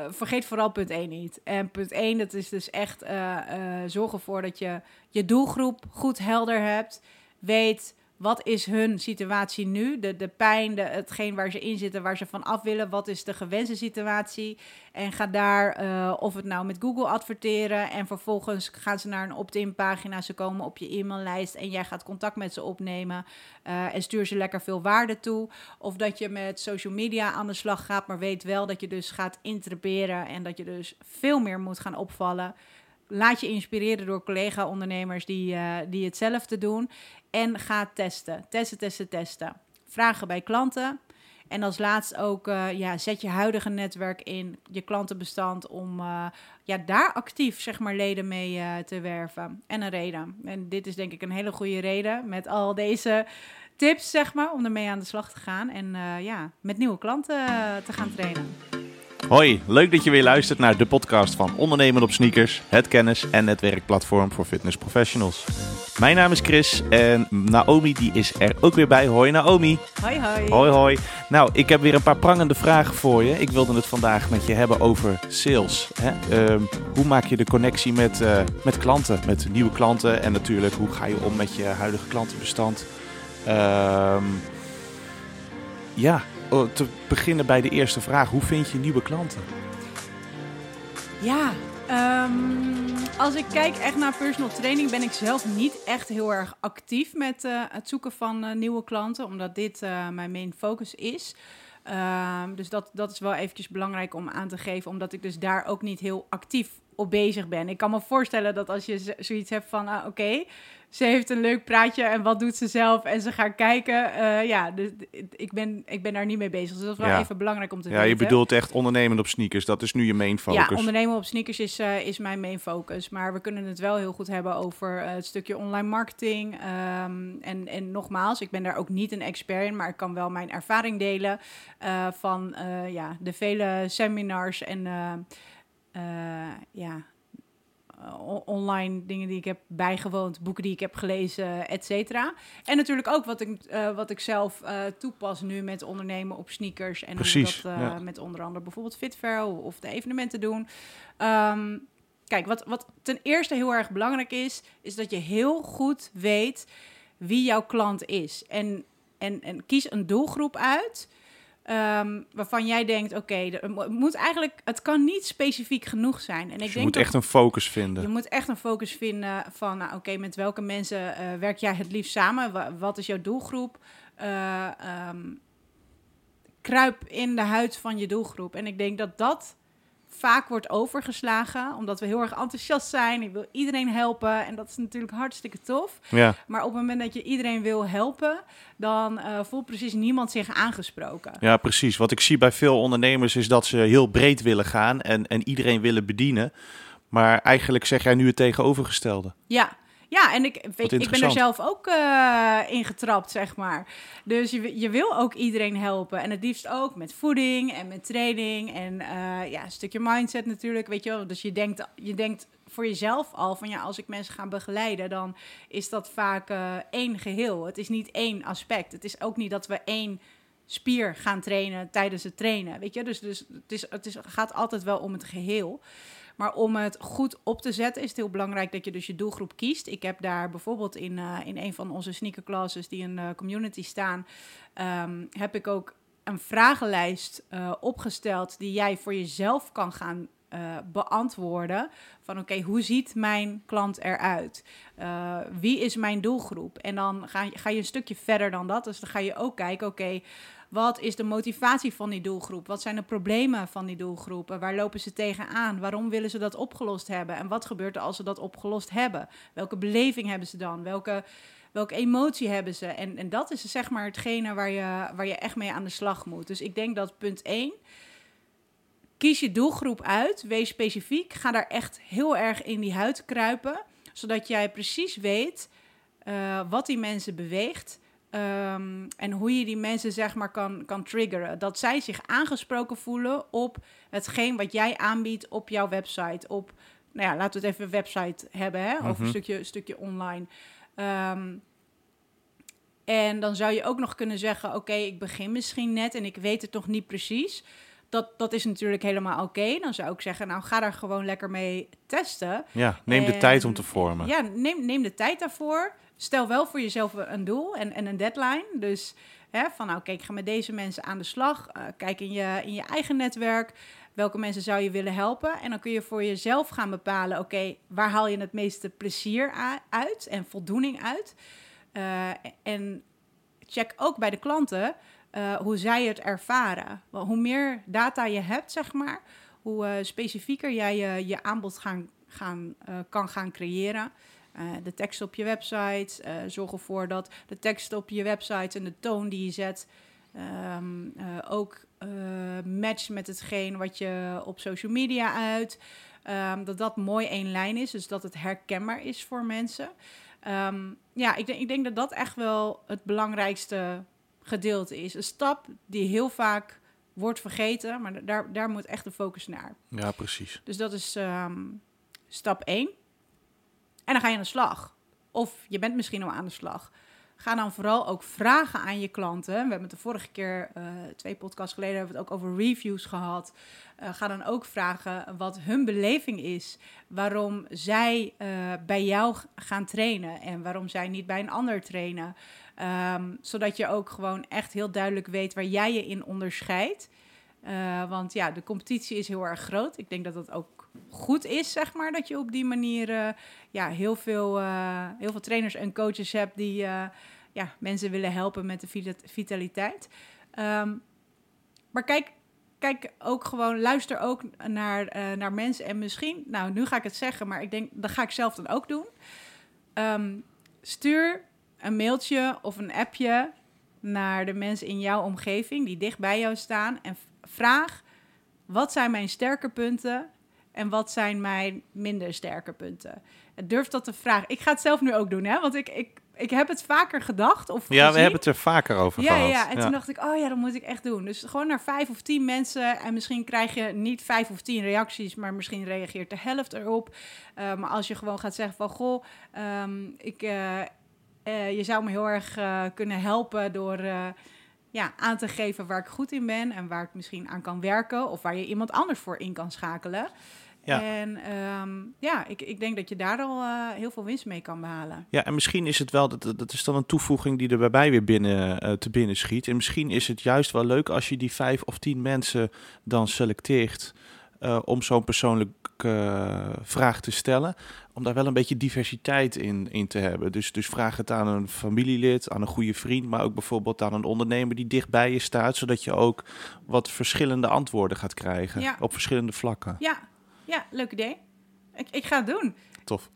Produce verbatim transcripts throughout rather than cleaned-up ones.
vergeet vooral punt één niet. En punt één, dat is dus echt uh, uh, zorg ervoor dat je je doelgroep goed helder hebt. Weet, wat is hun situatie nu? De, de pijn, de, hetgeen waar ze in zitten, waar ze van af willen. Wat is de gewenste situatie? En ga daar, uh, of het nou met Google adverteren. En vervolgens gaan ze naar een opt-in pagina. Ze komen op je e-maillijst en jij gaat contact met ze opnemen. Uh, en stuur ze lekker veel waarde toe. Of dat je met social media aan de slag gaat, maar weet wel dat je dus gaat interpreteren. En dat je dus veel meer moet gaan opvallen. Laat je inspireren door collega-ondernemers die, uh, die hetzelfde doen. En ga testen. Testen, testen, testen. Vragen bij klanten. En als laatst ook, uh, ja, zet je huidige netwerk in, je klantenbestand, om uh, ja, daar actief, zeg maar, leden mee uh, te werven. En een reden. En dit is denk ik een hele goede reden met al deze tips, zeg maar, om ermee aan de slag te gaan. En uh, ja, met nieuwe klanten uh, te gaan trainen. Hoi, leuk dat je weer luistert naar de podcast van Ondernemen op Sneakers, het kennis- en netwerkplatform voor fitness professionals. Mijn naam is Chris en Naomi die is er ook weer bij. Hoi Naomi. Hoi hoi. Hoi hoi. Nou, ik heb weer een paar prangende vragen voor je. Ik wilde het vandaag met je hebben over sales. Hè? Uh, hoe maak je de connectie met, uh, met klanten, met nieuwe klanten en natuurlijk hoe ga je om met je huidige klantenbestand? Uh, ja... Oh, te beginnen bij de eerste vraag. Hoe vind je nieuwe klanten? Ja, um, als ik kijk echt naar personal training, ben ik zelf niet echt heel erg actief met uh, het zoeken van uh, nieuwe klanten, omdat dit uh, mijn main focus is. Uh, dus dat, dat is wel eventjes belangrijk om aan te geven, omdat ik dus daar ook niet heel actief op bezig ben. Ik kan me voorstellen dat als je z- zoiets hebt van, uh, oké, okay, ze heeft een leuk praatje en wat doet ze zelf en ze gaat kijken. Uh, ja, dus ik ben, ik ben daar niet mee bezig. Dus dat is wel ja. even belangrijk om te ja, weten. Ja, je bedoelt echt ondernemen op sneakers. Dat is nu je main focus. Ja, ondernemen op sneakers is, uh, is mijn main focus. Maar we kunnen het wel heel goed hebben over uh, het stukje online marketing. Um, en, en nogmaals, ik ben daar ook niet een expert in, maar ik kan wel mijn ervaring delen uh, van uh, ja, de vele seminars en uh, uh, ja... Uh, online dingen die ik heb bijgewoond, boeken die ik heb gelezen, et cetera. En natuurlijk ook wat ik, uh, wat ik zelf uh, toepas nu met ondernemen op sneakers. En Precies, hoe we dat uh, ja. met onder andere bijvoorbeeld Fitfair of de evenementen doen. Um, kijk, wat, wat ten eerste heel erg belangrijk is, is dat je heel goed weet wie jouw klant is. En, en, en kies een doelgroep uit Um, waarvan jij denkt, oké, okay, het moet eigenlijk, het kan niet specifiek genoeg zijn. En ik dus je denk moet dat echt een focus vinden. Je moet echt een focus vinden van, nou, oké, okay, met welke mensen uh, werk jij het liefst samen? W- wat is jouw doelgroep? Uh, um, kruip in de huid van je doelgroep. En ik denk dat dat vaak wordt overgeslagen, omdat we heel erg enthousiast zijn. Ik wil iedereen helpen en dat is natuurlijk hartstikke tof. Ja. Maar op het moment dat je iedereen wil helpen, dan uh, voelt precies niemand zich aangesproken. Ja, precies. Wat ik zie bij veel ondernemers is dat ze heel breed willen gaan en, en iedereen willen bedienen. Maar eigenlijk zeg jij nu het tegenovergestelde. Ja. Ja, en ik, weet, ik ben er zelf ook uh, in getrapt, zeg maar. Dus je, je wil ook iedereen helpen. En het liefst ook met voeding en met training. En uh, ja, een stukje mindset natuurlijk, weet je wel. Dus je denkt, je denkt voor jezelf al van, ja, als ik mensen ga begeleiden, dan is dat vaak uh, één geheel. Het is niet één aspect. Het is ook niet dat we één spier gaan trainen tijdens het trainen, weet je. Dus, dus het, is, het is, gaat altijd wel om het geheel. Maar om het goed op te zetten is het heel belangrijk dat je dus je doelgroep kiest. Ik heb daar bijvoorbeeld in, uh, in een van onze sneakerclasses die in de community staan, um, heb ik ook een vragenlijst uh, opgesteld die jij voor jezelf kan gaan uh, beantwoorden. Van oké, okay, hoe ziet mijn klant eruit? Uh, wie is mijn doelgroep? En dan ga, ga je een stukje verder dan dat. Dus dan ga je ook kijken, oké, okay, wat is de motivatie van die doelgroep? Wat zijn de problemen van die doelgroep? Waar lopen ze tegenaan? Waarom willen ze dat opgelost hebben? En wat gebeurt er als ze dat opgelost hebben? Welke beleving hebben ze dan? Welke, welke emotie hebben ze? En, en dat is zeg maar hetgene waar je, waar je echt mee aan de slag moet. Dus ik denk dat punt één, kies je doelgroep uit. Wees specifiek. Ga daar echt heel erg in die huid kruipen. Zodat jij precies weet uh, wat die mensen beweegt. Um, en hoe je die mensen zeg maar kan, kan triggeren. Dat zij zich aangesproken voelen op hetgeen wat jij aanbiedt op jouw website. Op, nou ja, laten we het even een website hebben, hè? Mm-hmm. Of een stukje, stukje online. Um, en dan zou je ook nog kunnen zeggen, oké, okay, ik begin misschien net en ik weet het nog niet precies. Dat, dat is natuurlijk helemaal oké. Okay. Dan zou ik zeggen, nou ga daar gewoon lekker mee testen. Ja, neem en, de tijd om te vormen. Ja, neem, neem de tijd daarvoor. Stel wel voor jezelf een doel en, en een deadline. Dus hè, van nou, kijk, ga met deze mensen aan de slag. Uh, kijk in je, in je eigen netwerk. Welke mensen zou je willen helpen? En dan kun je voor jezelf gaan bepalen, oké, okay, waar haal je het meeste plezier uit en voldoening uit? Uh, en check ook bij de klanten uh, hoe zij het ervaren. Want hoe meer data je hebt, zeg maar, hoe uh, specifieker jij je, je aanbod gaan, gaan, uh, kan gaan creëren. Uh, de tekst op je website, uh, zorg ervoor dat de tekst op je website en de toon die je zet um, uh, ook uh, matcht met hetgeen wat je op social media uit. Um, dat dat mooi één lijn is, dus dat het herkenbaar is voor mensen. Um, ja, ik denk, ik denk dat dat echt wel het belangrijkste gedeelte is. Een stap die heel vaak wordt vergeten, maar daar, daar moet echt de focus naar. Ja, precies. Dus dat is um, stap één. En dan ga je aan de slag. Of je bent misschien al aan de slag. Ga dan vooral ook vragen aan je klanten. We hebben het de vorige keer, uh, twee podcasts geleden, hebben we het ook over reviews gehad. Uh, ga dan ook vragen wat hun beleving is. Waarom zij uh, bij jou gaan trainen en waarom zij niet bij een ander trainen. Um, zodat je ook gewoon echt heel duidelijk weet waar jij je in onderscheidt. Uh, want ja, de competitie is heel erg groot. Ik denk dat dat ook goed is, zeg maar, dat je op die manier uh, ja, heel veel, uh, heel veel trainers en coaches hebt die uh, ja, mensen willen helpen met de vitaliteit. Um, maar kijk, kijk ook gewoon, luister ook naar, uh, naar mensen. En misschien, nou, nu ga ik het zeggen, maar ik denk, dat ga ik zelf dan ook doen. Um, stuur een mailtje of een appje naar de mensen in jouw omgeving die dicht bij jou staan en vraag, wat zijn mijn sterke punten en wat zijn mijn minder sterke punten? En durf dat te vragen. Ik ga het zelf nu ook doen, hè? Want ik, ik, ik heb het vaker gedacht. Of ja, gezien. We hebben het er vaker over ja, gehad. Ja, en ja. toen dacht ik, oh ja, dat moet ik echt doen. Dus gewoon naar vijf of tien mensen en misschien krijg je niet vijf of tien reacties, maar misschien reageert de helft erop. Uh, maar als je gewoon gaat zeggen van, goh, um, ik, uh, uh, je zou me heel erg uh, kunnen helpen door Uh, Ja, aan te geven waar ik goed in ben en waar ik misschien aan kan werken of waar je iemand anders voor in kan schakelen. Ja. En um, ja, ik, ik denk dat je daar al uh, heel veel winst mee kan behalen. Ja, en misschien is het wel, dat, dat is dan een toevoeging die er bij mij weer binnen, uh, te binnen schiet. En misschien is het juist wel leuk als je die vijf of tien mensen dan selecteert uh, om zo'n persoonlijke uh, vraag te stellen. Om daar wel een beetje diversiteit in, in te hebben. Dus, dus vraag het aan een familielid, aan een goede vriend, maar ook bijvoorbeeld aan een ondernemer die dicht bij je staat, zodat je ook wat verschillende antwoorden gaat krijgen ja. op verschillende vlakken. Ja, ja, leuk idee. Ik, ik ga het doen. Tof.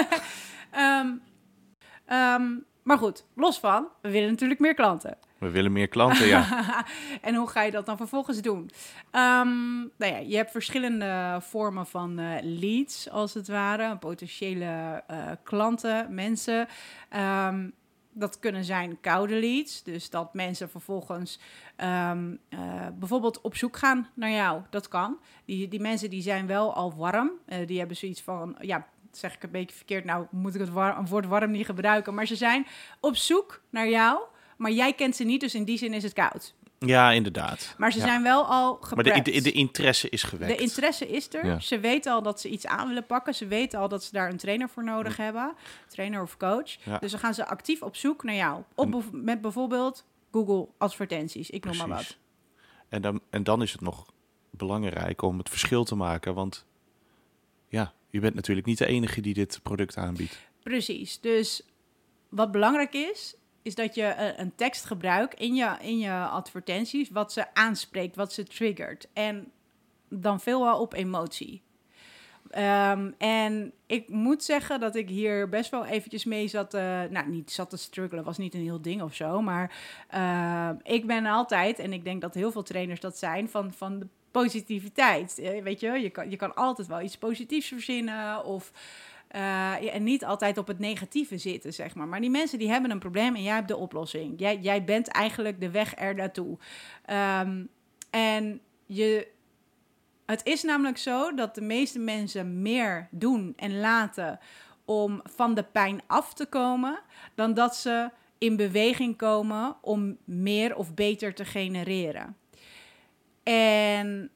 um, um, maar goed, los van, we willen natuurlijk meer klanten. We willen meer klanten, ja. En hoe ga je dat dan vervolgens doen? Um, nou ja, je hebt verschillende vormen van uh, leads, als het ware. Potentiële uh, klanten, mensen. Um, dat kunnen zijn koude leads. Dus dat mensen vervolgens um, uh, bijvoorbeeld op zoek gaan naar jou. Dat kan. Die, die mensen die zijn wel al warm. Uh, die hebben zoiets van, ja, zeg ik een beetje verkeerd. Nou, moet ik het war- woord warm niet gebruiken. Maar ze zijn op zoek naar jou. Maar jij kent ze niet, dus in die zin is het koud. Ja, inderdaad. Maar ze ja. zijn wel al geprept. Maar de, de, de interesse is gewekt. De interesse is er. Ja. Ze weten al dat ze iets aan willen pakken. Ze weten al dat ze daar een trainer voor nodig ja. hebben. Trainer of coach. Ja. Dus dan gaan ze actief op zoek naar jou. Op, en, met bijvoorbeeld Google advertenties. Ik precies. noem maar wat. En dan, en dan is het nog belangrijk om het verschil te maken. Want ja, je bent natuurlijk niet de enige die dit product aanbiedt. Precies. Dus wat belangrijk is, is dat je uh, een tekst gebruikt in je, in je advertenties, wat ze aanspreekt, wat ze triggert. En dan veelal op emotie. Um, en ik moet zeggen dat ik hier best wel eventjes mee zat, uh, nou niet zat te struggelen, was niet een heel ding of zo, maar uh, ik ben altijd, en ik denk dat heel veel trainers dat zijn, van, van de positiviteit. Uh, weet je, je kan, je kan altijd wel iets positiefs verzinnen of Uh, ja, en niet altijd op het negatieve zitten, zeg maar. Maar die mensen die hebben een probleem en jij hebt de oplossing. Jij, jij bent eigenlijk de weg er naartoe. Um, en je, het is namelijk zo dat de meeste mensen meer doen en laten om van de pijn af te komen, dan dat ze in beweging komen om meer of beter te genereren. En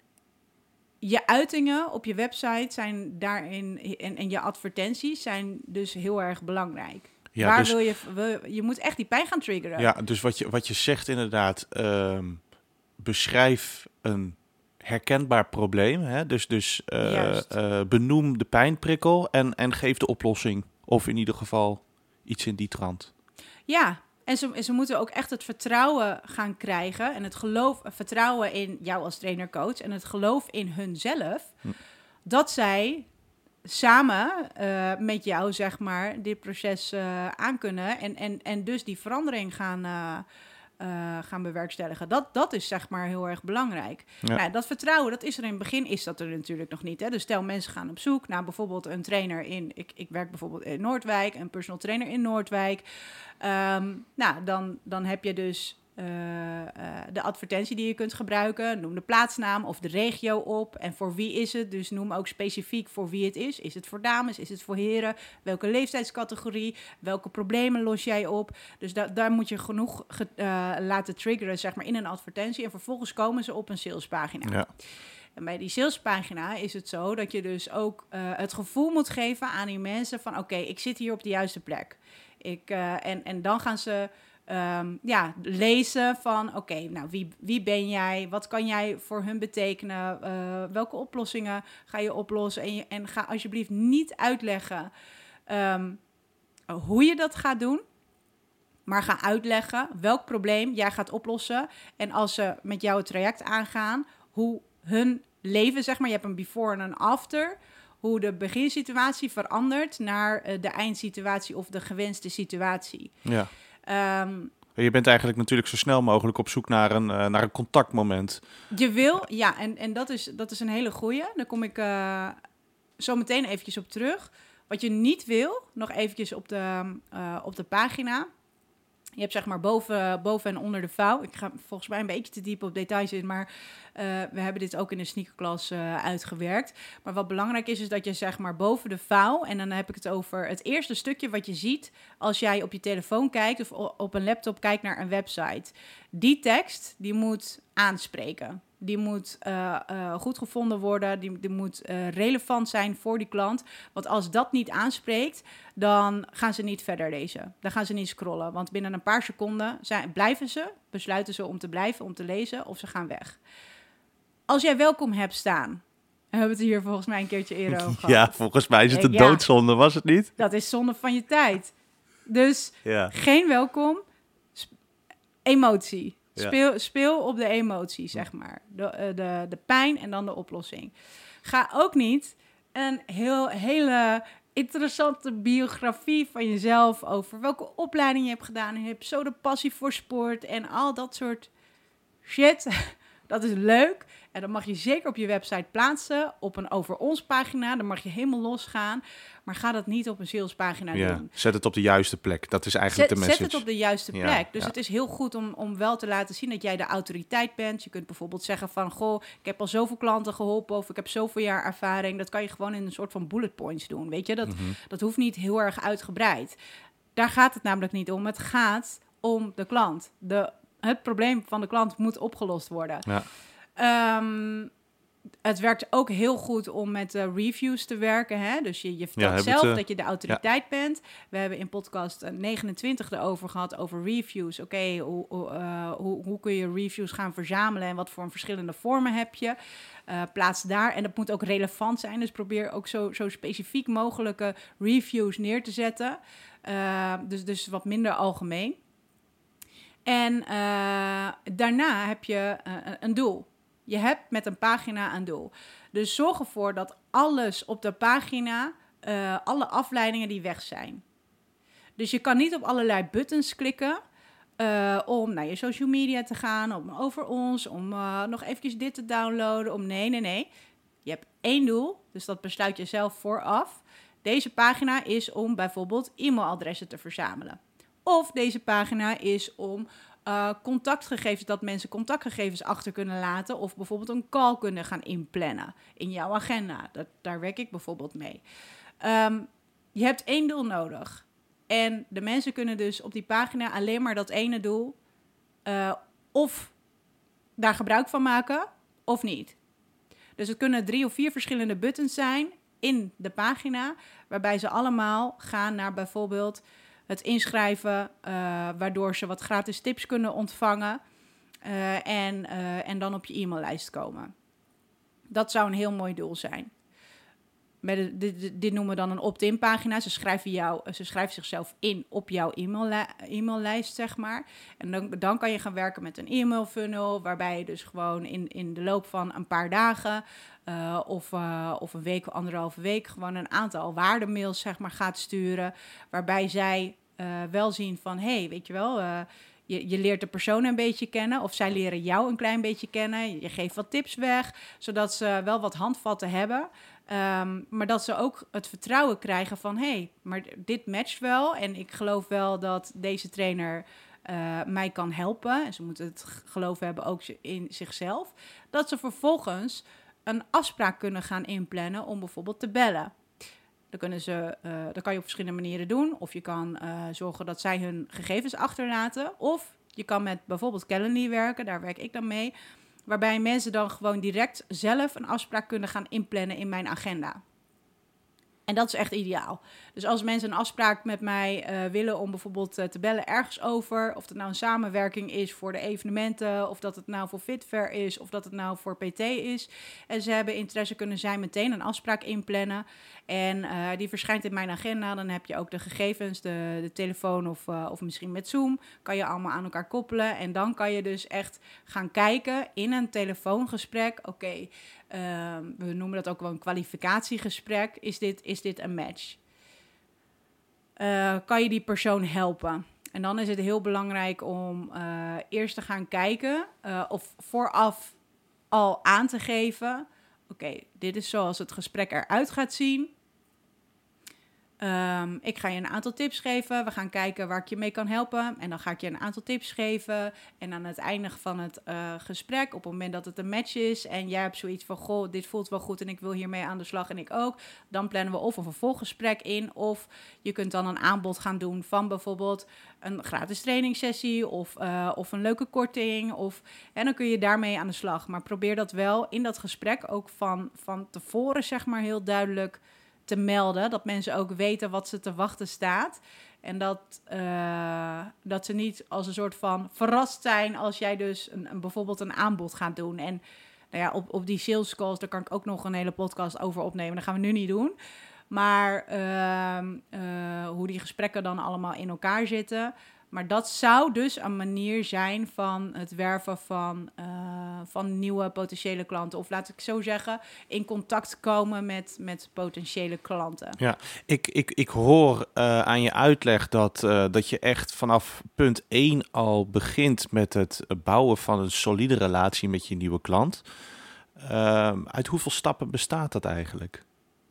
je uitingen op je website zijn daarin en, en je advertenties zijn dus heel erg belangrijk. Ja, Waar dus, wil je... Wil, je moet echt die pijn gaan triggeren. Ja, dus wat je, wat je zegt inderdaad... Um, beschrijf een herkenbaar probleem. Hè? Dus, dus uh, uh, benoem de pijnprikkel en, en geef de oplossing. Of in ieder geval iets in die trant. Ja, en ze, ze moeten ook echt het vertrouwen gaan krijgen. En het geloof, vertrouwen in jou als trainer-coach. En het geloof in hunzelf. Hm. Dat zij samen uh, met jou, zeg maar, dit proces uh, aankunnen. En, en, en dus die verandering gaan... Uh, Uh, gaan bewerkstelligen. Dat, dat is zeg maar heel erg belangrijk. Ja. Nou, dat vertrouwen, dat is er in het begin, is dat er natuurlijk nog niet. Hè? Dus stel, mensen gaan op zoek naar bijvoorbeeld een trainer in... Ik, ik werk bijvoorbeeld in Noordwijk, een personal trainer in Noordwijk. Um, nou, dan, dan heb je dus uh, uh, de advertentie die je kunt gebruiken. Noem de plaatsnaam of de regio op. En voor wie is het? Dus noem ook specifiek voor wie het is. Is het voor dames? Is het voor heren? Welke leeftijdscategorie? Welke problemen los jij op? Dus da- daar moet je genoeg ge- uh, laten triggeren, zeg maar, in een advertentie. En vervolgens komen ze op een salespagina. Ja. En bij die salespagina is het zo dat je dus ook uh, het gevoel moet geven aan die mensen van... oké, okay, ik zit hier op de juiste plek. Ik, uh, en, en dan gaan ze... Um, ja, lezen van, oké, okay, nou, wie, wie ben jij? Wat kan jij voor hun betekenen? Uh, welke oplossingen ga je oplossen? En, je, en ga alsjeblieft niet uitleggen um, hoe je dat gaat doen. Maar ga uitleggen welk probleem jij gaat oplossen. En als ze met jou het traject aangaan, hoe hun leven, zeg maar, je hebt een before en een after... hoe de beginsituatie verandert naar uh, de eindsituatie of de gewenste situatie. Ja. Um, je bent eigenlijk natuurlijk zo snel mogelijk op zoek naar een, uh, naar een contactmoment. Je wil, ja, en, en dat, is, dat is een hele goeie. Daar kom ik uh, zo meteen eventjes op terug. Wat je niet wil, nog eventjes op de, uh, op de pagina. Je hebt zeg maar boven, boven en onder de vouw. Ik ga volgens mij een beetje te diep op details in, maar uh, we hebben dit ook in de sneakerklas uh, uitgewerkt. Maar wat belangrijk is, is dat je zeg maar boven de vouw, en dan heb ik het over het eerste stukje wat je ziet als jij op je telefoon kijkt of op een laptop kijkt naar een website. Die tekst, die moet aanspreken. Die moet uh, uh, goed gevonden worden, die, die moet uh, relevant zijn voor die klant. Want als dat niet aanspreekt, dan gaan ze niet verder lezen. Dan gaan ze niet scrollen, want binnen een paar seconden zijn, blijven ze, besluiten ze om te blijven, om te lezen, of ze gaan weg. Als jij welkom hebt staan, we hebben het hier volgens mij een keertje eerder over gehad. Ja, volgens mij is het een ja, doodzonde, was het niet? Dat is zonde van je tijd. Dus ja. geen welkom, sp- emotie. Speel, speel op de emotie, zeg maar. De, de, de pijn en dan de oplossing. Ga ook niet een heel, hele interessante biografie van jezelf over welke opleiding je hebt gedaan. En je hebt zo de passie voor sport en al dat soort shit. Dat is leuk. En dat mag je zeker op je website plaatsen. Op een over ons pagina. Dan mag je helemaal losgaan. Maar ga dat niet op een salespagina ja, doen. Zet het op de juiste plek. Dat is eigenlijk zet, de message. Zet het op de juiste plek. Ja, dus ja. het is heel goed om, om wel te laten zien dat jij de autoriteit bent. Je kunt bijvoorbeeld zeggen van... Goh, ik heb al zoveel klanten geholpen. Of ik heb zoveel jaar ervaring. Dat kan je gewoon in een soort van bullet points doen. Weet je, dat, mm-hmm. dat hoeft niet heel erg uitgebreid. Daar gaat het namelijk niet om. Het gaat om de klant. De, het probleem van de klant moet opgelost worden. Ja. Um, het werkt ook heel goed om met uh, reviews te werken. Hè? Dus je, je vertelt ja, zelf het, uh, dat je de autoriteit ja. bent. We hebben in podcast negenentwintig erover gehad, over reviews. Oké, okay, hoe, uh, hoe, hoe kun je reviews gaan verzamelen en wat voor verschillende vormen heb je? Uh, plaats daar. En dat moet ook relevant zijn. Dus probeer ook zo, zo specifiek mogelijke reviews neer te zetten. Uh, dus, dus wat minder algemeen. En uh, daarna heb je uh, een doel. Je hebt met een pagina een doel. Dus zorg ervoor dat alles op de pagina, uh, alle afleidingen die weg zijn. Dus je kan niet op allerlei buttons klikken uh, om naar je social media te gaan, om over ons, om uh, nog eventjes dit te downloaden. Om nee, nee, nee. Je hebt één doel, dus dat besluit je zelf vooraf. Deze pagina is om bijvoorbeeld e-mailadressen te verzamelen. Of deze pagina is om uh, contactgegevens, dat mensen contactgegevens achter kunnen laten. Of bijvoorbeeld een call kunnen gaan inplannen in jouw agenda. Dat, daar werk ik bijvoorbeeld mee. Um, je hebt één doel nodig. En de mensen kunnen dus op die pagina alleen maar dat ene doel uh, of daar gebruik van maken, of niet. Dus het kunnen drie of vier verschillende buttons zijn in de pagina, waarbij ze allemaal gaan naar bijvoorbeeld het inschrijven, uh, waardoor ze wat gratis tips kunnen ontvangen uh, en, uh, en dan op je e-maillijst komen. Dat zou een heel mooi doel zijn. Met de, dit, dit noemen we dan een opt-in pagina. Ze schrijven, jou, ze schrijven zichzelf in op jouw e-mailli- e-maillijst, zeg maar. En dan, dan kan je gaan werken met een e-mail funnel, waarbij je dus gewoon in, in de loop van een paar dagen uh, of, uh, of een week of anderhalve week gewoon een aantal waardemails, zeg maar, gaat sturen, waarbij zij uh, wel zien van, hé, hey, weet je wel, uh, je, je leert de persoon een beetje kennen, of zij leren jou een klein beetje kennen. Je geeft wat tips weg, zodat ze wel wat handvatten hebben. Um, maar dat ze ook het vertrouwen krijgen van, hé, hey, maar dit matcht wel. En ik geloof wel dat deze trainer uh, mij kan helpen. En ze moeten het geloof hebben ook in zichzelf. Dat ze vervolgens een afspraak kunnen gaan inplannen om bijvoorbeeld te bellen. Dan, kunnen ze, uh, dat kan je op verschillende manieren doen. Of je kan uh, zorgen dat zij hun gegevens achterlaten. Of je kan met bijvoorbeeld Calendly werken, daar werk ik dan mee, waarbij mensen dan gewoon direct zelf een afspraak kunnen gaan inplannen in mijn agenda. En dat is echt ideaal. Dus als mensen een afspraak met mij uh, willen om bijvoorbeeld uh, te bellen ergens over, of het nou een samenwerking is voor de evenementen, of dat het nou voor Fitfair is, of dat het nou voor P T is, en ze hebben interesse, kunnen zij meteen een afspraak inplannen. En uh, die verschijnt in mijn agenda. Dan heb je ook de gegevens, de, de telefoon of, uh, of misschien met Zoom. Kan je allemaal aan elkaar koppelen. En dan kan je dus echt gaan kijken in een telefoongesprek. Oké, okay, uh, we noemen dat ook wel een kwalificatiegesprek. Is dit, is dit een match? Uh, kan je die persoon helpen? En dan is het heel belangrijk om uh, eerst te gaan kijken uh, of vooraf al aan te geven. Oké, okay, dit is zoals het gesprek eruit gaat zien. Um, ik ga je een aantal tips geven. We gaan kijken waar ik je mee kan helpen. En dan ga ik je een aantal tips geven. En aan het einde van het uh, gesprek, op het moment dat het een match is en jij hebt zoiets van, goh, dit voelt wel goed en ik wil hiermee aan de slag en ik ook, dan plannen we of een vervolggesprek in, of je kunt dan een aanbod gaan doen van bijvoorbeeld een gratis trainingssessie of, uh, of een leuke korting. Of, en dan kun je daarmee aan de slag. Maar probeer dat wel in dat gesprek ook van, van tevoren, zeg maar, heel duidelijk te melden, dat mensen ook weten wat ze te wachten staat. En dat, uh, dat ze niet als een soort van verrast zijn als jij dus een, een, bijvoorbeeld een aanbod gaat doen. En nou ja, op, op die sales calls, daar kan ik ook nog een hele podcast over opnemen. Dat gaan we nu niet doen. Maar uh, uh, hoe die gesprekken dan allemaal in elkaar zitten. Maar dat zou dus een manier zijn van het werven van, uh, van nieuwe potentiële klanten. Of laat ik zo zeggen, in contact komen met, met potentiële klanten. Ja, ik, ik, ik hoor uh, aan je uitleg dat, uh, dat je echt vanaf punt één al begint met het bouwen van een solide relatie met je nieuwe klant. Uh, uit hoeveel stappen bestaat dat eigenlijk?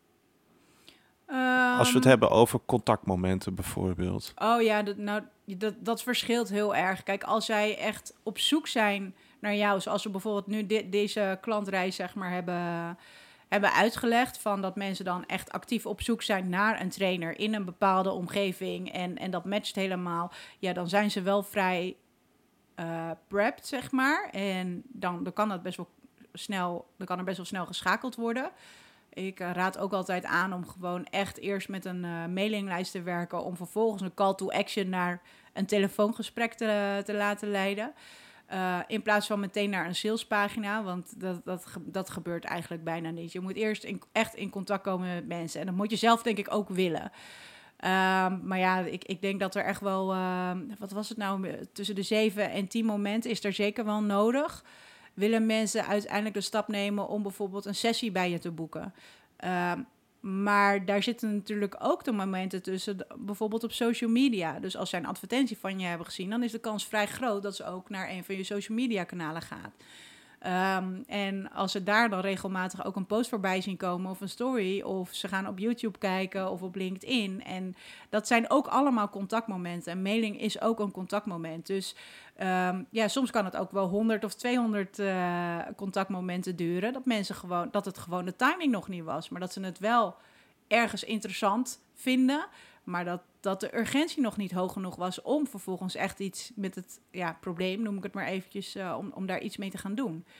Um, Als we het hebben over contactmomenten bijvoorbeeld. Oh ja, dat, nou, dat, dat verschilt heel erg. Kijk, als zij echt op zoek zijn naar jou, zoals we bijvoorbeeld nu de, deze klantreis, zeg maar, hebben, hebben uitgelegd, van dat mensen dan echt actief op zoek zijn naar een trainer in een bepaalde omgeving en, en dat matcht helemaal, ja, dan zijn ze wel vrij uh, prepped, zeg maar. En dan, dan kan dat best wel snel, dan kan er best wel snel geschakeld worden. Ik uh, raad ook altijd aan om gewoon echt eerst met een uh, mailinglijst te werken, om vervolgens een call to action naar een telefoongesprek te, te laten leiden. Uh, in plaats van meteen naar een salespagina, want dat, dat, dat gebeurt eigenlijk bijna niet. Je moet eerst in, echt in contact komen met mensen en dat moet je zelf denk ik ook willen. Uh, maar ja, ik, ik denk dat er echt wel, uh, wat was het nou, tussen de zeven en tien momenten is er zeker wel nodig. Willen mensen uiteindelijk de stap nemen om bijvoorbeeld een sessie bij je te boeken. Uh, maar daar zitten natuurlijk ook de momenten tussen, bijvoorbeeld op social media. Dus als zij een advertentie van je hebben gezien, dan is de kans vrij groot dat ze ook naar een van je social media kanalen gaat. Um, en als ze daar dan regelmatig ook een post voorbij zien komen of een story, of ze gaan op YouTube kijken of op LinkedIn. En dat zijn ook allemaal contactmomenten. En mailing is ook een contactmoment. Dus um, ja, soms kan het ook wel honderd of tweehonderd uh, contactmomenten duren. Dat mensen gewoon, dat het gewoon de timing nog niet was. Maar dat ze het wel ergens interessant vinden. Maar dat, dat de urgentie nog niet hoog genoeg was om vervolgens echt iets met het ja, probleem, noem ik het maar eventjes, uh, om, om daar iets mee te gaan doen.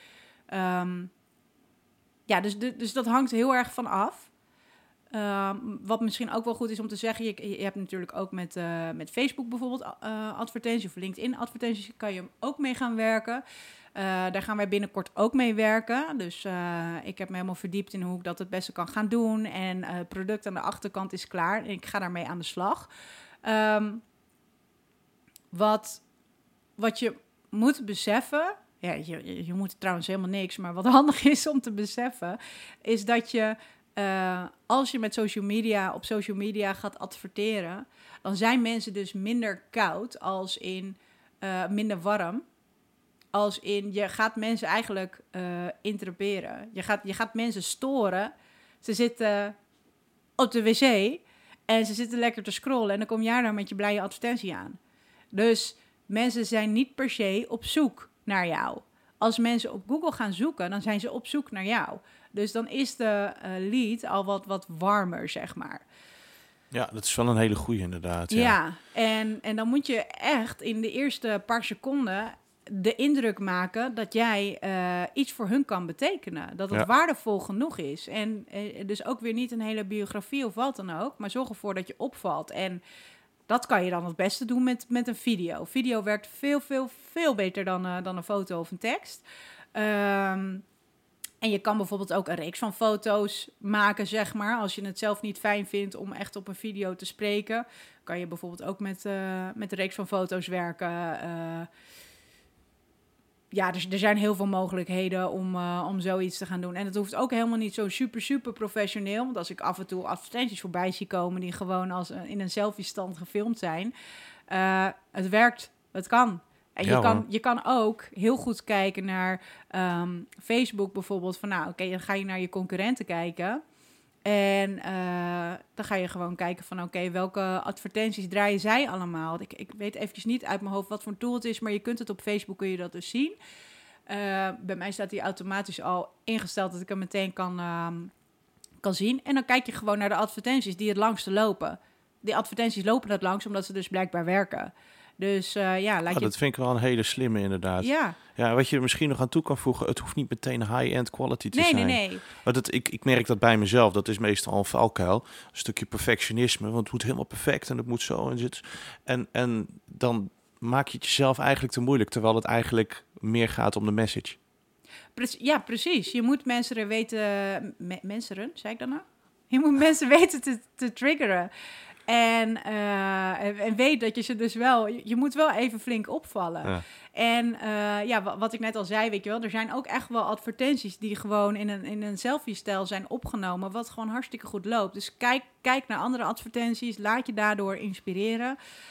Um, ja, dus, dus dat hangt heel erg van af. Um, wat misschien ook wel goed is om te zeggen, je, je hebt natuurlijk ook met, uh, met Facebook bijvoorbeeld uh, advertenties of LinkedIn advertenties, kan je ook mee gaan werken. Uh, daar gaan wij binnenkort ook mee werken. Dus uh, ik heb me helemaal verdiept in hoe ik dat het beste kan gaan doen. En uh, het product aan de achterkant is klaar en ik ga daarmee aan de slag. Um, wat, wat je moet beseffen, ja, je, je moet trouwens helemaal niks, maar wat handig is om te beseffen, is dat je Uh, als je met social media op social media gaat adverteren, dan zijn mensen dus minder koud als in uh, minder warm. Als in je gaat mensen eigenlijk uh, interruperen. Je gaat, je gaat mensen storen. Ze zitten op de wc en ze zitten lekker te scrollen en dan kom jij daar met je blije advertentie aan. Dus mensen zijn niet per se op zoek naar jou. Als mensen op Google gaan zoeken, dan zijn ze op zoek naar jou. Dus dan is de uh, lead al wat, wat warmer, zeg maar. Ja, dat is wel een hele goeie inderdaad. Ja, ja en, en dan moet je echt in de eerste paar seconden de indruk maken dat jij uh, iets voor hun kan betekenen. Dat het ja. waardevol genoeg is. En uh, dus ook weer niet een hele biografie of wat dan ook, maar zorg ervoor dat je opvalt. En dat kan je dan het beste doen met, met een video. Video werkt veel, veel, veel beter dan, uh, dan een foto of een tekst. Um, En je kan bijvoorbeeld ook een reeks van foto's maken, zeg maar. Als je het zelf niet fijn vindt om echt op een video te spreken, kan je bijvoorbeeld ook met, uh, met een reeks van foto's werken. Uh, ja, er, er zijn heel veel mogelijkheden om, uh, om zoiets te gaan doen. En het hoeft ook helemaal niet zo super, super professioneel. Want als ik af en toe advertenties voorbij zie komen die gewoon als uh, in een selfie-stand gefilmd zijn. Uh, het werkt, het kan. En je, ja, kan, je kan ook heel goed kijken naar um, Facebook bijvoorbeeld. Van nou, oké, okay, dan ga je naar je concurrenten kijken. En uh, dan ga je gewoon kijken van oké, okay, welke advertenties draaien zij allemaal. Ik, ik weet eventjes niet uit mijn hoofd wat voor een tool het is, maar je kunt het op Facebook, kun je dat dus zien. Uh, bij mij staat die automatisch al ingesteld dat ik hem meteen kan, um, kan zien. En dan kijk je gewoon naar de advertenties die het langste lopen. Die advertenties lopen het langst omdat ze dus blijkbaar werken. Dus uh, ja, laat oh, je... dat vind ik wel een hele slimme inderdaad. Ja. Ja, wat je er misschien nog aan toe kan voegen, het hoeft niet meteen high-end quality te nee, zijn. Nee, nee, Want het, ik, ik merk dat bij mezelf, dat is meestal een valkuil. Een stukje perfectionisme, want het moet helemaal perfect en het moet zo en zit. En, en dan maak je het jezelf eigenlijk te moeilijk, terwijl het eigenlijk meer gaat om de message. Pre- ja, precies. Je moet mensen er weten... Me- mensen, zei ik dan nou? Je moet mensen weten te, te triggeren. En, uh, en, en weet dat je ze dus wel... Je, je moet wel even flink opvallen. Ja. En uh, ja, wat, wat ik net al zei, weet je wel... Er zijn ook echt wel advertenties die gewoon in een, in een selfie-stijl zijn opgenomen... wat gewoon hartstikke goed loopt. Dus kijk, kijk naar andere advertenties. Laat je daardoor inspireren.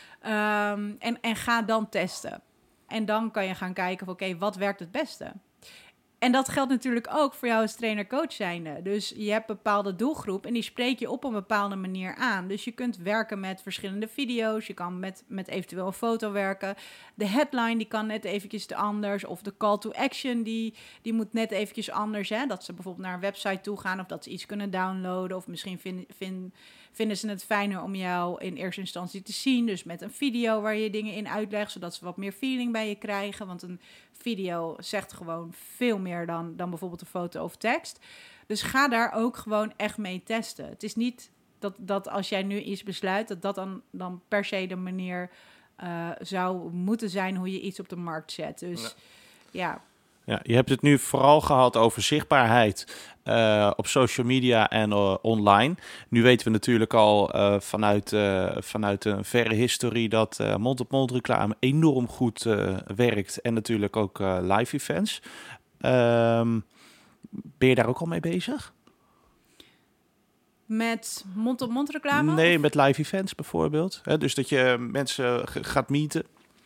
Um, en, en ga dan testen. En dan kan je gaan kijken van... Oké, okay, wat werkt het beste? En dat geldt natuurlijk ook voor jou als trainer-coach zijnde. Dus je hebt een bepaalde doelgroep en die spreek je op een bepaalde manier aan. Dus je kunt werken met verschillende video's. Je kan met, met eventueel een foto werken. De headline die kan net eventjes te anders. Of de call to action die, die moet net eventjes anders. Hè? Dat ze bijvoorbeeld naar een website toe gaan of dat ze iets kunnen downloaden. Of misschien vind, vind, vinden ze het fijner om jou in eerste instantie te zien. Dus met een video waar je dingen in uitlegt, zodat ze wat meer feeling bij je krijgen. Want een video zegt gewoon veel meer dan, dan bijvoorbeeld een foto of tekst. Dus ga daar ook gewoon echt mee testen. Het is niet dat, dat als jij nu iets besluit, dat dat dan, dan per se de manier uh, zou moeten zijn hoe je iets op de markt zet. Dus ja. ja. Ja, je hebt het nu vooral gehad over zichtbaarheid uh, op social media en uh, online. Nu weten we natuurlijk al uh, vanuit, uh, vanuit een verre historie dat uh, mond-op-mond reclame enorm goed uh, werkt. En natuurlijk ook uh, live events. Um, ben je daar ook al mee bezig? Met mond-op-mond reclame? Nee, of? met live events bijvoorbeeld. Hè, dus dat je mensen g- gaat meeten.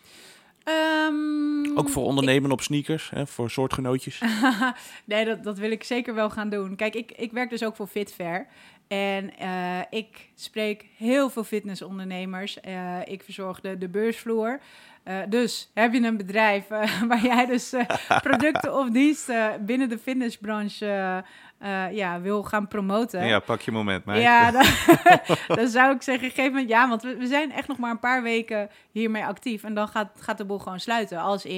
Um, ook voor ondernemen ik... op sneakers, hè, voor soortgenootjes. nee, dat, dat wil ik zeker wel gaan doen. Kijk, ik, ik werk dus ook voor FitFair. En uh, ik spreek heel veel fitnessondernemers. Uh, ik verzorg de, de beursvloer. Uh, dus heb je een bedrijf uh, waar jij dus uh, producten of diensten binnen de fitnessbranche uh, uh, ja, wil gaan promoten. Ja, pak je moment, meid. Ja, dan, dan zou ik zeggen, geef me ja, want we, we zijn echt nog maar een paar weken hiermee actief. En dan gaat, gaat de boel gewoon sluiten. Als in,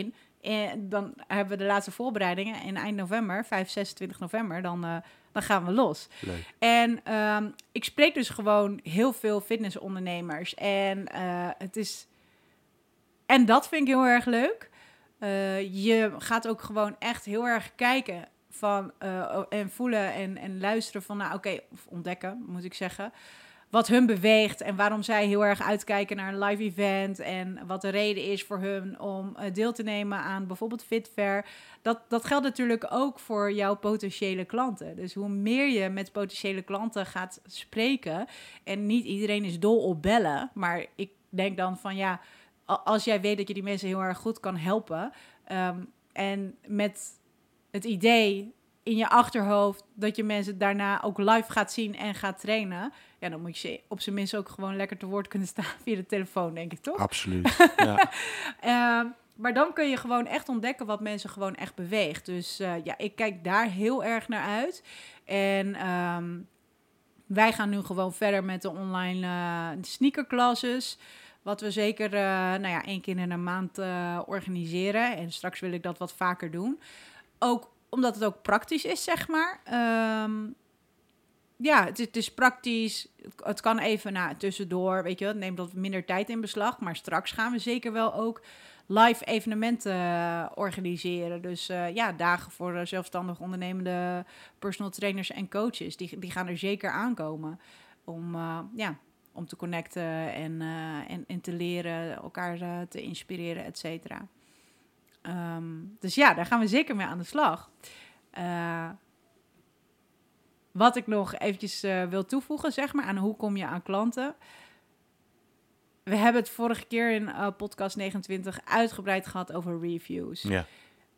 en dan hebben we de laatste voorbereidingen. In eind november, vijf, zesentwintig november, dan, uh, dan gaan we los. Leuk. En um, ik spreek dus gewoon heel veel fitnessondernemers. En uh, het is... En dat vind ik heel erg leuk. Uh, je gaat ook gewoon echt heel erg kijken van, uh, en voelen en, en luisteren van, nou oké, okay, of ontdekken, moet ik zeggen, wat hun beweegt en waarom zij heel erg uitkijken naar een live event en wat de reden is voor hun om uh, deel te nemen aan bijvoorbeeld FitFair. Dat, dat geldt natuurlijk ook voor jouw potentiële klanten. Dus hoe meer je met potentiële klanten gaat spreken, en niet iedereen is dol op bellen, maar ik denk dan van ja, als jij weet dat je die mensen heel erg goed kan helpen, um, en met het idee in je achterhoofd dat je mensen daarna ook live gaat zien en gaat trainen, ja, dan moet je ze op zijn minst ook gewoon lekker te woord kunnen staan via de telefoon, denk ik, toch? Absoluut, ja. uh, maar dan kun je gewoon echt ontdekken wat mensen gewoon echt beweegt. Dus uh, ja, ik kijk daar heel erg naar uit. En um, wij gaan nu gewoon verder met de online uh, sneakerclasses, wat we zeker uh, nou ja, één keer in een maand uh, organiseren. En straks wil ik dat wat vaker doen. Ook omdat het ook praktisch is, zeg maar. Um, ja, het, het is praktisch. Het, het kan even nou, tussendoor, weet je wel. Het neemt wat minder tijd in beslag. Maar straks gaan we zeker wel ook live evenementen uh, organiseren. Dus uh, ja, dagen voor uh, zelfstandig ondernemende personal trainers en coaches. Die, die gaan er zeker aankomen. Om, uh, ja, om te connecten en, uh, en, en te leren, elkaar uh, te inspireren, et cetera. Um, dus ja, daar gaan we zeker mee aan de slag. Uh, wat ik nog eventjes uh, wil toevoegen, zeg maar, aan hoe kom je aan klanten. We hebben het vorige keer in uh, podcast negenentwintig uitgebreid gehad over reviews. Ja.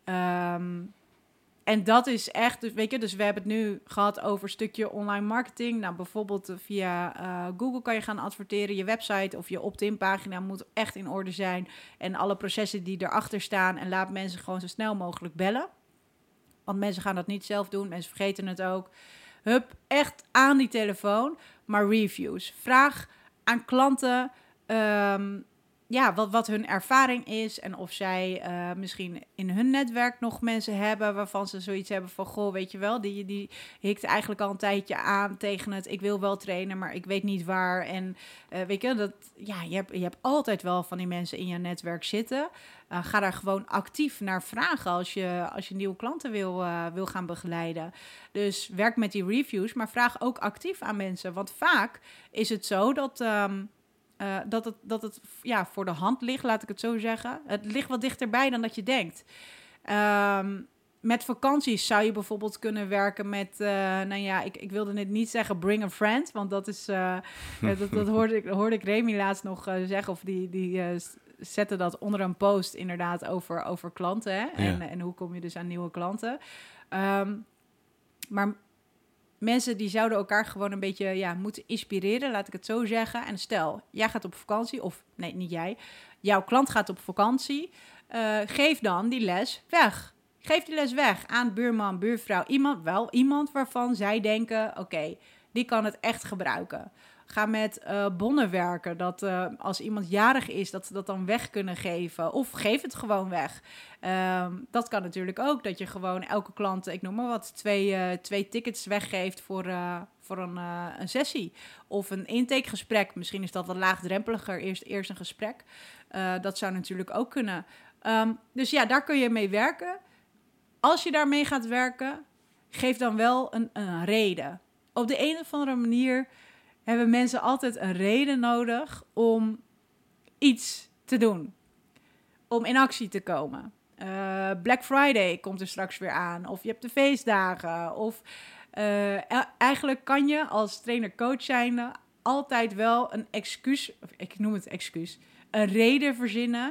Um, en dat is echt, dus weet je, dus we hebben het nu gehad over een stukje online marketing. Nou, bijvoorbeeld via uh, Google kan je gaan adverteren. Je website of je opt-in pagina moet echt in orde zijn. En alle processen die erachter staan. En laat mensen gewoon zo snel mogelijk bellen. Want mensen gaan dat niet zelf doen. Mensen vergeten het ook. Hup, echt aan die telefoon. Maar reviews. Vraag aan klanten Um, ja, wat, wat hun ervaring is en of zij uh, misschien in hun netwerk nog mensen hebben waarvan ze zoiets hebben van, goh, weet je wel, die, die hikt eigenlijk al een tijdje aan tegen het, ik wil wel trainen, maar ik weet niet waar. En uh, weet je, dat, ja, je hebt, je hebt altijd wel van die mensen in je netwerk zitten. Uh, ga daar gewoon actief naar vragen als je, als je nieuwe klanten wil, uh, wil gaan begeleiden. Dus werk met die reviews, maar vraag ook actief aan mensen. Want vaak is het zo dat Um, Uh, dat het, dat het ja, voor de hand ligt, laat ik het zo zeggen. Het ligt wat dichterbij dan dat je denkt. Um, met vakanties zou je bijvoorbeeld kunnen werken met, Uh, nou ja, ik, ik wilde het niet zeggen bring a friend, want dat is, Uh, dat, dat hoorde ik, hoorde ik Remy laatst nog uh, zeggen, of die, die uh, zette dat onder een post inderdaad over, over klanten. Hè? En, ja. en hoe kom je dus aan nieuwe klanten. Um, maar mensen die zouden elkaar gewoon een beetje ja, moeten inspireren, laat ik het zo zeggen. En stel, jij gaat op vakantie, of nee, niet jij. Jouw klant gaat op vakantie. Uh, geef dan die les weg. Geef die les weg aan buurman, buurvrouw. Iemand, wel iemand waarvan zij denken, oké, okay, die kan het echt gebruiken. Ga met uh, bonnen werken. Dat uh, als iemand jarig is, dat ze dat dan weg kunnen geven. Of geef het gewoon weg. Um, dat kan natuurlijk ook. Dat je gewoon elke klant, ik noem maar wat, twee, uh, twee tickets weggeeft voor, uh, voor een, uh, een sessie. Of een intakegesprek. Misschien is dat wat laagdrempeliger. Eerst, eerst een gesprek. Uh, dat zou natuurlijk ook kunnen. Um, dus ja, daar kun je mee werken. Als je daarmee gaat werken, geef dan wel een, een reden. Op de een of andere manier hebben mensen altijd een reden nodig om iets te doen. Om in actie te komen. Uh, Black Friday komt er straks weer aan. Of je hebt de feestdagen. Of uh, eigenlijk kan je als trainer-coach zijnde altijd wel een excuus, of ik noem het excuus, een reden verzinnen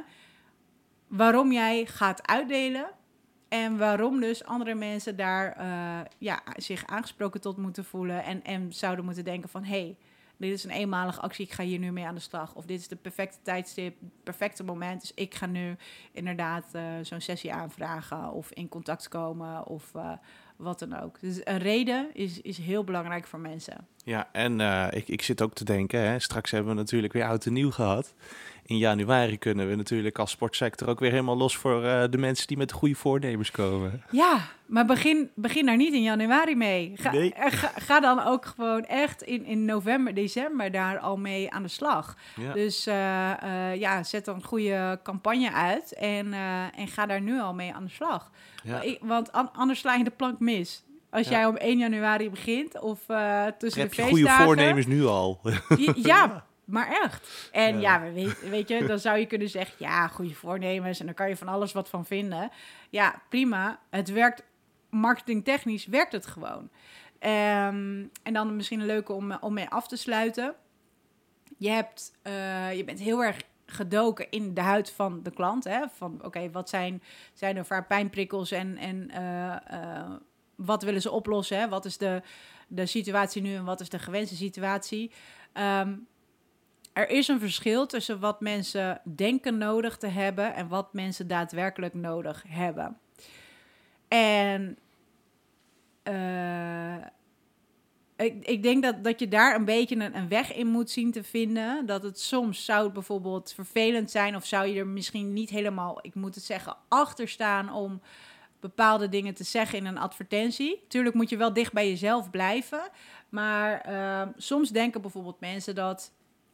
waarom jij gaat uitdelen. En waarom dus andere mensen daar uh, ja, zich aangesproken tot moeten voelen. En, en zouden moeten denken van, hé, hey, dit is een eenmalige actie, ik ga hier nu mee aan de slag. Of dit is de perfecte tijdstip, het perfecte moment. Dus ik ga nu inderdaad uh, zo'n sessie aanvragen of in contact komen of uh, wat dan ook. Dus een reden is, is heel belangrijk voor mensen. Ja, en uh, ik, ik zit ook te denken, hè, straks hebben we natuurlijk weer oud en nieuw gehad. In januari kunnen we natuurlijk als sportsector ook weer helemaal los voor uh, de mensen die met goede voornemens komen. Ja, maar begin, begin daar niet in januari mee. Ga, nee. ga, ga dan ook gewoon echt in, in november, december daar al mee aan de slag. Ja. Dus uh, uh, ja, zet dan een goede campagne uit en, uh, en ga daar nu al mee aan de slag. Ja. Ik, want an, anders sla je de plank mis. Als ja. jij om één januari begint of uh, tussen Heb de feestdagen... Heb je goede voornemens nu al? ja, ja, maar echt. En ja, ja weet, weet je, dan zou je kunnen zeggen... ja, goede voornemens en dan kan je van alles wat van vinden. Ja, prima. Het werkt, marketingtechnisch werkt het gewoon. Um, en dan misschien een leuke om, om mee af te sluiten. Je, hebt, uh, je bent heel erg gedoken in de huid van de klant. Hè? Van oké, okay, wat zijn, zijn er voor pijnprikkels en... en uh, uh, wat willen ze oplossen? Hè? Wat is de, de situatie nu en wat is de gewenste situatie? Um, er is een verschil tussen wat mensen denken nodig te hebben en wat mensen daadwerkelijk nodig hebben. En uh, ik, ik denk dat, dat je daar een beetje een, een weg in moet zien te vinden. Dat het soms zou het bijvoorbeeld vervelend zijn of zou je er misschien niet helemaal, ik moet het zeggen, achter staan om bepaalde dingen te zeggen in een advertentie. Tuurlijk moet je wel dicht bij jezelf blijven. Maar uh, soms denken bijvoorbeeld mensen dat...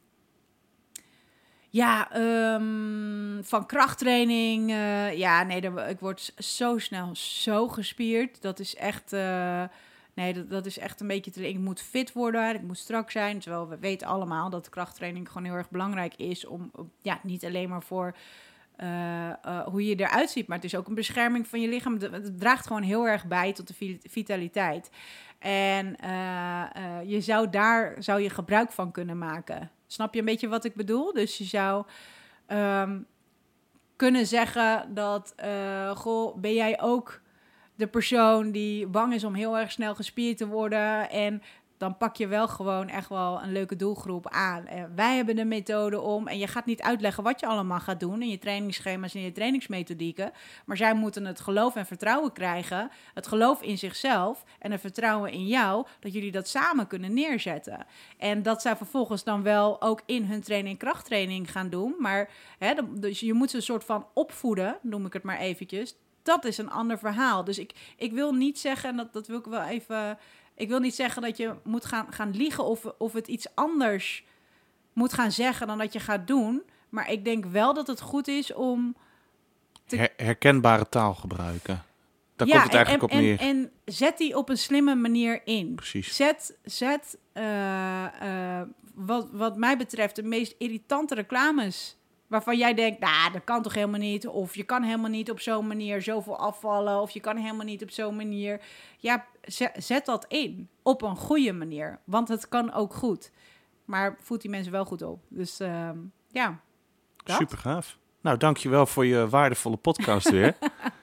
Ja, um, van krachttraining... Uh, ja, nee, er, ik word zo snel zo gespierd. Dat is echt... Uh, nee, dat, dat is echt een beetje... Te, ik moet fit worden, ik moet strak zijn. Terwijl we weten allemaal dat krachttraining gewoon heel erg belangrijk is. Om, ja, niet alleen maar voor... Uh, uh, hoe je eruit ziet, maar het is ook een bescherming van je lichaam. Het draagt gewoon heel erg bij tot de vitaliteit. En uh, uh, je zou daar zou je gebruik van kunnen maken. Snap je een beetje wat ik bedoel? Dus je zou um, kunnen zeggen dat, uh, goh, ben jij ook de persoon die bang is om heel erg snel gespierd te worden en dan pak je wel gewoon echt wel een leuke doelgroep aan. En wij hebben de methode om... En je gaat niet uitleggen wat je allemaal gaat doen... in je trainingsschema's en je trainingsmethodieken. Maar zij moeten het geloof en vertrouwen krijgen. Het geloof in zichzelf en het vertrouwen in jou... dat jullie dat samen kunnen neerzetten. En dat zij vervolgens dan wel ook in hun training en krachttraining gaan doen. Maar hè, dus je moet ze een soort van opvoeden, noem ik het maar eventjes. Dat is een ander verhaal. Dus ik, ik wil niet zeggen... en dat, dat wil ik wel even... Ik wil niet zeggen dat je moet gaan, gaan liegen of, of het iets anders moet gaan zeggen dan dat je gaat doen. Maar ik denk wel dat het goed is om... Te... Her- herkenbare taal gebruiken. Daar ja, komt het eigenlijk en, op neer. En, en zet die op een slimme manier in. Precies. Zet, zet uh, uh, wat, wat mij betreft de meest irritante reclames... waarvan jij denkt, nou, dat kan toch helemaal niet? Of je kan helemaal niet op zo'n manier zoveel afvallen. Of je kan helemaal niet op zo'n manier... Ja, zet, zet dat in. Op een goede manier. Want het kan ook goed. Maar voed die mensen wel goed op. Dus uh, ja. Dat. Super gaaf. Nou, dankjewel voor je waardevolle podcast weer.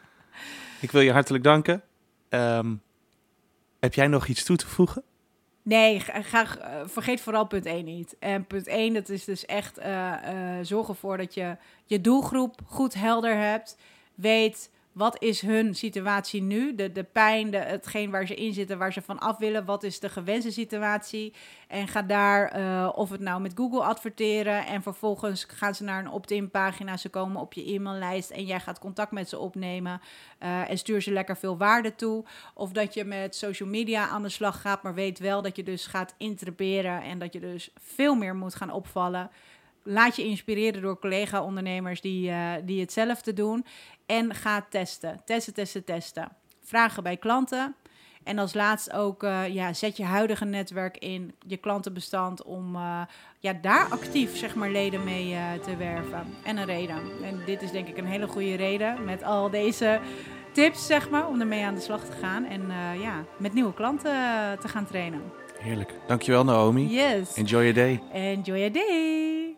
Ik wil je hartelijk danken. Um, heb jij nog iets toe te voegen? Nee, ga, ga, uh, vergeet vooral punt één niet. En punt één, dat is dus echt uh, uh, zorg ervoor dat je je doelgroep goed helder hebt. Weet, wat is hun situatie nu? De, de pijn, de, hetgeen waar ze in zitten, waar ze van af willen. Wat is de gewenste situatie? En ga daar, uh, of het nou met Google adverteren. En vervolgens gaan ze naar een opt-in pagina. Ze komen op je e-maillijst en jij gaat contact met ze opnemen. Uh, en stuur ze lekker veel waarde toe. Of dat je met social media aan de slag gaat, maar weet wel dat je dus gaat intraperen. En dat je dus veel meer moet gaan opvallen. Laat je inspireren door collega-ondernemers die, uh, die hetzelfde doen. En ga testen. Testen, testen, testen. Vragen bij klanten. En als laatst ook, uh, ja, zet je huidige netwerk in, je klantenbestand, om uh, ja, daar actief, zeg maar, leden mee uh, te werven. En een reden. En dit is denk ik een hele goede reden met al deze tips, zeg maar, om ermee aan de slag te gaan. En uh, ja, met nieuwe klanten uh, te gaan trainen. Heerlijk. Dankjewel, Naomi. Yes. Enjoy your day. Enjoy your day.